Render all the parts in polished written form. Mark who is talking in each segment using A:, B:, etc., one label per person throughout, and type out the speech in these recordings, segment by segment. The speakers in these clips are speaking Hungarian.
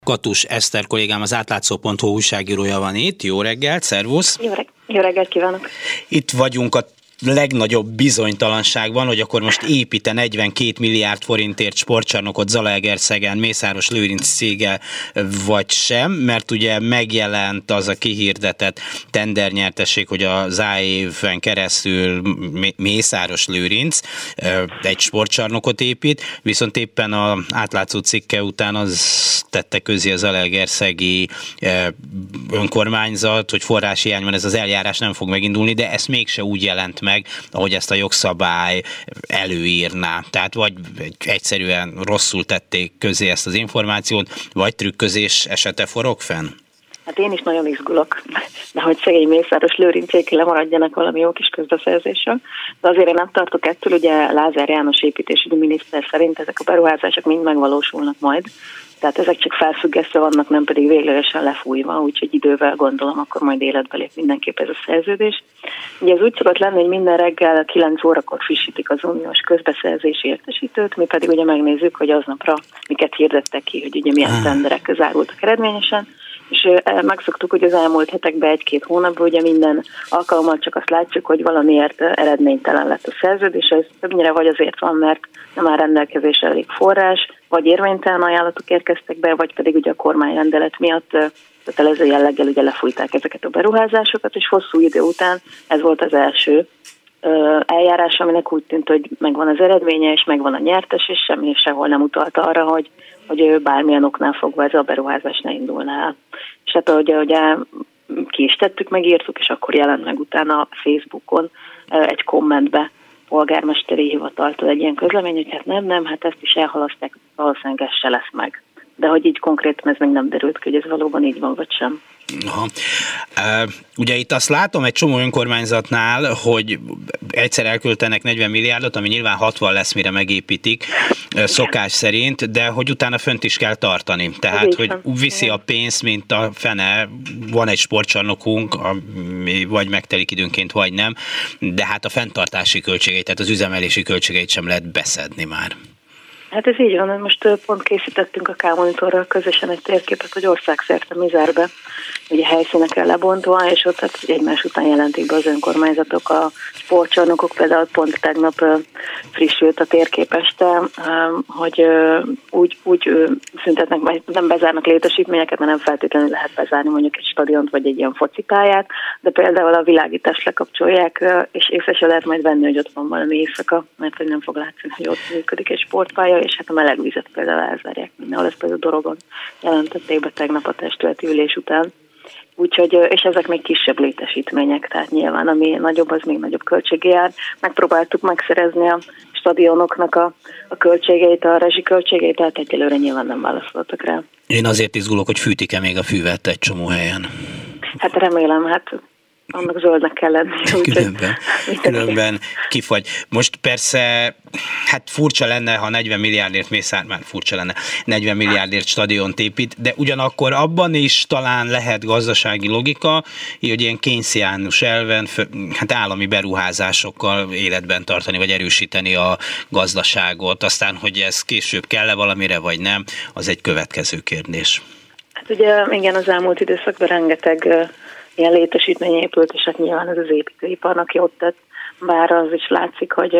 A: Katus Eszter kollégám, az átlátszó.hu újságírója van itt. Jó reggelt, szervusz!
B: Jó reggelt kívánok!
A: Itt vagyunk a legnagyobb bizonytalanságban, hogy akkor most építe 42 milliárd forintért sportcsarnokot Zalaegerszegen Mészáros Lőrinc cége vagy sem, mert ugye megjelent az a kihirdetett tendernyertesség, hogy a ZAEV-en keresztül Mészáros Lőrinc egy sportcsarnokot épít, viszont éppen az átlátszó cikke után az tette közé a zalaegerszegi önkormányzat, hogy forráshiányban ez az eljárás nem fog megindulni, de ezt mégse úgy jelent meg, ahogy ezt a jogszabály előírná. Tehát vagy egyszerűen rosszul tették közé ezt az információt, vagy trükközés esete forog fenn?
B: Hát én is nagyon izgulok, de hogy szegény Mészáros Lőrincék lemaradjanak valami jó kis közbeszerzésről. De azért én nem tartok ettől, ugye Lázár János építésügyi miniszter szerint ezek a beruházások mind megvalósulnak majd. Tehát ezek csak felfüggesztve vannak, nem pedig véglegesen lefújva, úgyhogy idővel gondolom, akkor majd életbe lép mindenképp ez a szerződés. Ugye ez úgy szokott lenni, hogy minden reggel 9 órakor frissítik az uniós közbeszerzési értesítőt, mi pedig ugye megnézzük, hogy aznapra miket hirdettek ki, hogy ugye milyen tenderek zárultak eredményesen. És megszoktuk, hogy az elmúlt hetekben 1-2 hónapban ugye minden alkalommal csak azt látjuk, hogy valamiért eredménytelen lett a szerződés. Ez többnyire vagy azért van, mert nem áll rendelkezésre elég forrás, vagy érvénytelen ajánlatok érkeztek be, vagy pedig ugye a kormányrendelet miatt kötelező jelleggel ugye lefújták ezeket a beruházásokat, és hosszú idő után ez volt az első eljárás, aminek úgy tűnt, hogy megvan az eredménye, és megvan a nyertes, és semmi sehol nem utalt arra, hogy bármilyen oknál fogva ez a beruházás ne indulna el. És hát ahogy ki is tettük, megírtuk, és akkor jelent meg utána a Facebookon egy kommentbe polgármesteri hivataltól egy ilyen közlemény, hogy hát nem, hát ezt is elhalasztják, valószínűleg ez se lesz meg. De hogy így konkrétan ez még nem derült ki, hogy ez valóban így van, vagy sem.
A: Aha. Ugye itt azt látom egy csomó önkormányzatnál, hogy egyszer elköltenek 40 milliárdot, ami nyilván 60 lesz, mire megépítik szokás szerint, de hogy utána fönt is kell tartani. Tehát, hogy viszi a pénzt, mint a fene, van egy sportcsarnokunk, ami vagy megtelik időnként, vagy nem, de hát a fenntartási költségeit, tehát az üzemelési költségeit sem lehet beszedni már.
B: Hát ez így van, most pont készítettünk a K-monitorral közösen egy térképet, hogy országszerte mi zár be, ugye helyszínekre lebontva, és ott hát egymás után jelentik be az önkormányzatok, a sportcsarnokok, például pont tegnap frissült a térképeste, hogy úgy szüntetnek, vagy nem bezárnak létesítményeket, mert nem feltétlenül lehet bezárni mondjuk egy stadiont, vagy egy ilyen focipályát, de például a világítást lekapcsolják, és észre se lehet majd venni, hogy ott van valami éjszaka, mert hogy nem fog látszani, hogy ott működik egy sportpálya, és hát a meleg vizet például elzárják mindenhol, ezt például Dorogon jelentették be tegnap a testületi ülés után. Úgyhogy, és ezek még kisebb létesítmények, tehát nyilván ami nagyobb, az még nagyobb költséggé jár. Megpróbáltuk megszerezni a stadionoknak a költségeit, a rezsiköltségeit, tehát egyelőre nyilván nem válaszoltak rá.
A: Én azért izgulok, hogy fűtik-e még a füvet egy csomó helyen.
B: Hát remélem, annak zöldnek kell lenni.
A: Különben kifagy. Most persze, hát furcsa lenne, ha 40 milliárdért furcsa lenne, 40 milliárdért stadiont épít, de ugyanakkor abban is talán lehet gazdasági logika, hogy ilyen keynesiánus elven, hát állami beruházásokkal életben tartani, vagy erősíteni a gazdaságot. Aztán, hogy ez később kell-e valamire, vagy nem, az egy következő kérdés.
B: Hát ugye igen, az elmúlt időszakban rengeteg ilyen létesítmény épült, és hát nyilván ez az építőiparnak jót tett, bár az is látszik, hogy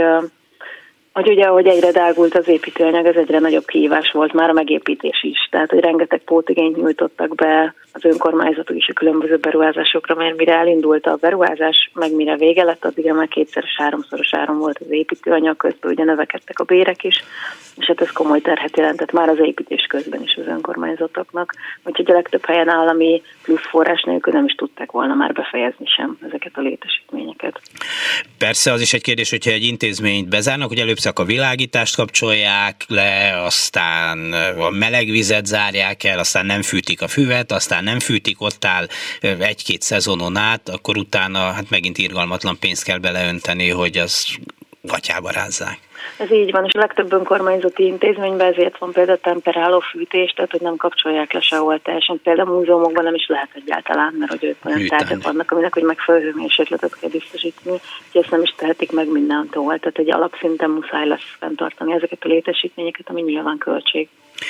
B: ugye, ahogy egyre drágult az építőanyag, ez egyre nagyobb kihívás volt már a megépítés is. Tehát, hogy rengeteg pótigényt nyújtottak be az önkormányzatok is a különböző beruházásokra, mert mire elindult a beruházás, meg mire vége lett, addigra már 2-3-szoros áron volt az építőanyag, közben ugye növekedtek a bérek is, és hát ez komoly terhet jelentett már az építés közben is az önkormányzatoknak. Úgyhogy a legtöbb helyen állami plusz forrás nélkül nem is tudták volna már befejezni sem ezeket a létesítményeket.
A: Persze az is egy kérdés, hogyha egy intézményt bezárnak, hogy előbb a világítást kapcsolják le, aztán a meleg vizet zárják el, aztán nem fűtik a füvet, aztán nem fűtik, ott áll 1-2 szezonon át, akkor utána hát megint irgalmatlan pénzt kell beleönteni, hogy az gatyába rázzák.
B: Ez így van, és a legtöbb önkormányzati intézményben ezért van például temperáló fűtés, tehát hogy nem kapcsolják le sehol teljesen. Például a múzeumokban nem is lehet egyáltalán, mert hogy ők olyan tárgyak vannak, aminek hogy megfelelő hőmérsékletet kell biztosítani, hogy ezt nem is tehetik meg mindentől. Tehát egy alapszinten muszáj lesz fenntartani ezeket a létesítményeket, ami nyilván költség.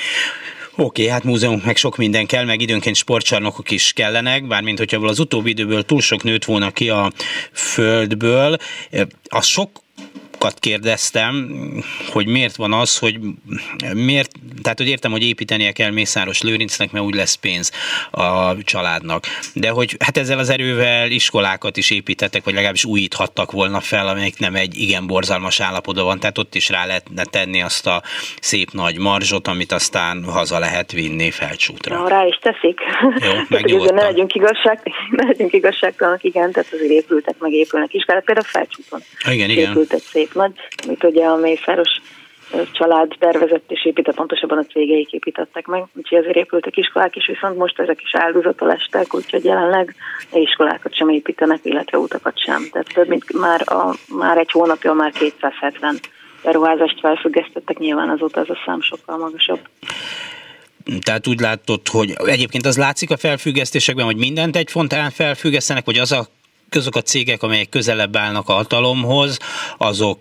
A: Oké, hát múzeumok meg sok minden kell, meg időnként sportcsarnokok is kellenek, bármint hogyha az utóbbi időből túl sok nőtt volna ki a földből. Az sokat kérdeztem, hogy miért van az, hogy miért, tehát hogy értem, hogy építenie kell Mészáros Lőrincnek, mert úgy lesz pénz a családnak. De hogy hát ezzel az erővel iskolákat is építettek, vagy legalábbis újíthattak volna fel, amelyik nem egy igen borzalmas állapotban van, tehát ott is rá lehetne tenni azt a szép nagy marzsot, amit aztán haza lehet vinni Felcsútra.
B: Na, rá is teszik.
A: Jó, megnyugodtam.
B: Ne legyünk igazságtalanak, igen, tehát azért épültek, meg épülnek iskolák, például Felcsúton.
A: Igen.
B: Épült egy szép nagy, amit ugye a Mészáros család tervezett és épített, pontosabban a cégeik építettek meg, úgyhogy azért épültek iskolák is, viszont most ezek is áldozatul estek, úgyhogy jelenleg iskolákat sem építenek, illetve utakat sem. Tehát több mint már egy hónapja már 270 beruházást felfüggesztettek, nyilván azóta ez a szám sokkal magasabb.
A: Tehát úgy látod, hogy egyébként az látszik a felfüggesztésekben, hogy mindent egy fontán felfüggesztenek, vagy azok a cégek, amelyek közelebb állnak a hatalomhoz, azok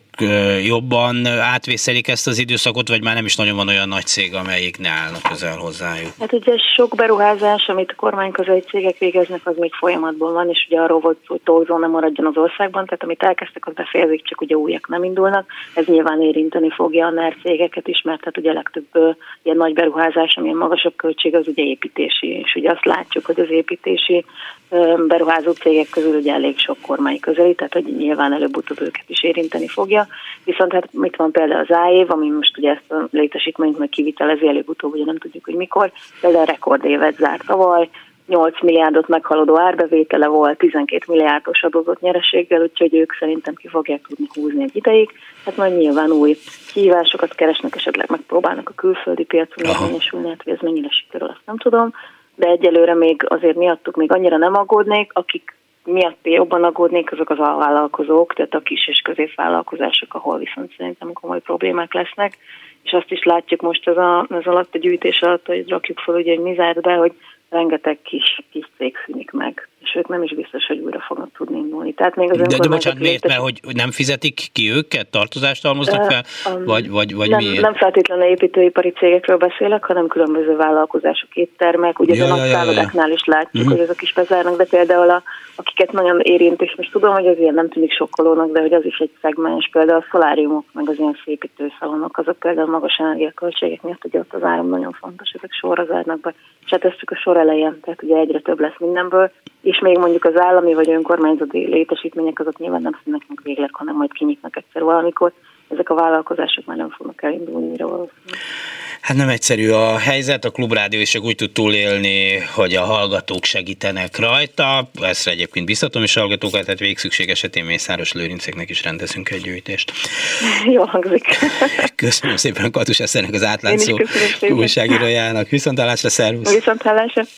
A: jobban átvészelik ezt az időszakot, vagy már nem is nagyon van olyan nagy cég, amelyik ne állna közel hozzájuk? Hát
B: ugye sok beruházás, amit a kormányközeli cégek végeznek, az még folyamatban van, és ugye arról volt, hogy torzó nem maradjon az országban, tehát amit elkezdtek, az befejezik, csak ugye újak nem indulnak. Ez nyilván érinteni fogja a NER cégeket is, mert hát ugye legtöbb ilyen nagy beruházás, amilyen magasabb költség, az ugye építési, és ugye azt látjuk, hogy az építési beruházó cégek közül ugye elég sok kormány közeli, tehát hogy nyilván előbb-utóbb őket is érinteni fogja. Viszont hát mit van például az AÉV, ami most ugye ezt a létesítményt meg kivitelezi előbb-utóbb, ugye nem tudjuk, hogy mikor, például rekordévet zárt tavaly, 8 milliárdot meghaladó árbevétele volt, 12 milliárdos adózott nyereséggel, úgyhogy ők szerintem ki fogják tudni húzni egy ideig. Hát majd nyilván új kihívásokat keresnek, esetleg megpróbálnak a külföldi piacon érvényesülni, hát hogy ez mennyire sikerül, azt nem tudom. De egyelőre még azért miattuk még annyira nem aggódnék, akik miatt jobban aggódnék, azok az alvállalkozók, tehát a kis és középvállalkozások, ahol viszont szerintem komoly problémák lesznek. És azt is látjuk most ez alatt a gyűjtés alatt, hogy rakjuk fel, ugye, hogy mi zárt be, hogy rengeteg kis cég szűnik meg, és ők nem is biztos, hogy újra fognak tudni indulni. Tehát még az
A: de bocsánat, miért? Mert hogy nem fizetik ki őket? Tartozást halmoznak fel? Vagy miért?
B: Nem feltétlenül építőipari cégekről beszélek, hanem különböző vállalkozások, éttermek. Ugye a nagy szállodáknál is látjuk, hogy azok is bezárnak, de például akiket nagyon érint, és most tudom, hogy az ilyen nem tűnik sokkolónak, de hogy az is egy szegmens, például a szoláriumok, meg az ilyen szépítőszalonok, azok például magas energiaköltségek miatt, ugye ott az áram nagyon fontos, ezek sorra zárnak be. És hát ez csak a sor elején, tehát ugye egyre több lesz mindenből, és még mondjuk az állami vagy önkormányzati létesítmények azok nyilván nem szűnnek meg végleg, hanem majd kinyitnak egyszer valamikor. Ezek a vállalkozások már nem fognak elindulni, mire valószínűleg.
A: Hát nem egyszerű a helyzet, a Klubrádió is csak úgy tud túlélni, hogy a hallgatók segítenek rajta. Ezt egyébként biztatom is hallgatókat, tehát végszükség esetén Mészáros Lőrincéknek is rendezünk egy gyűjtést.
B: Jól hangzik.
A: Köszönöm szépen Katus Eszternek, az Átlátszó újságírójának. Viszonthallásra, szervusz!
B: Viszonthallásra!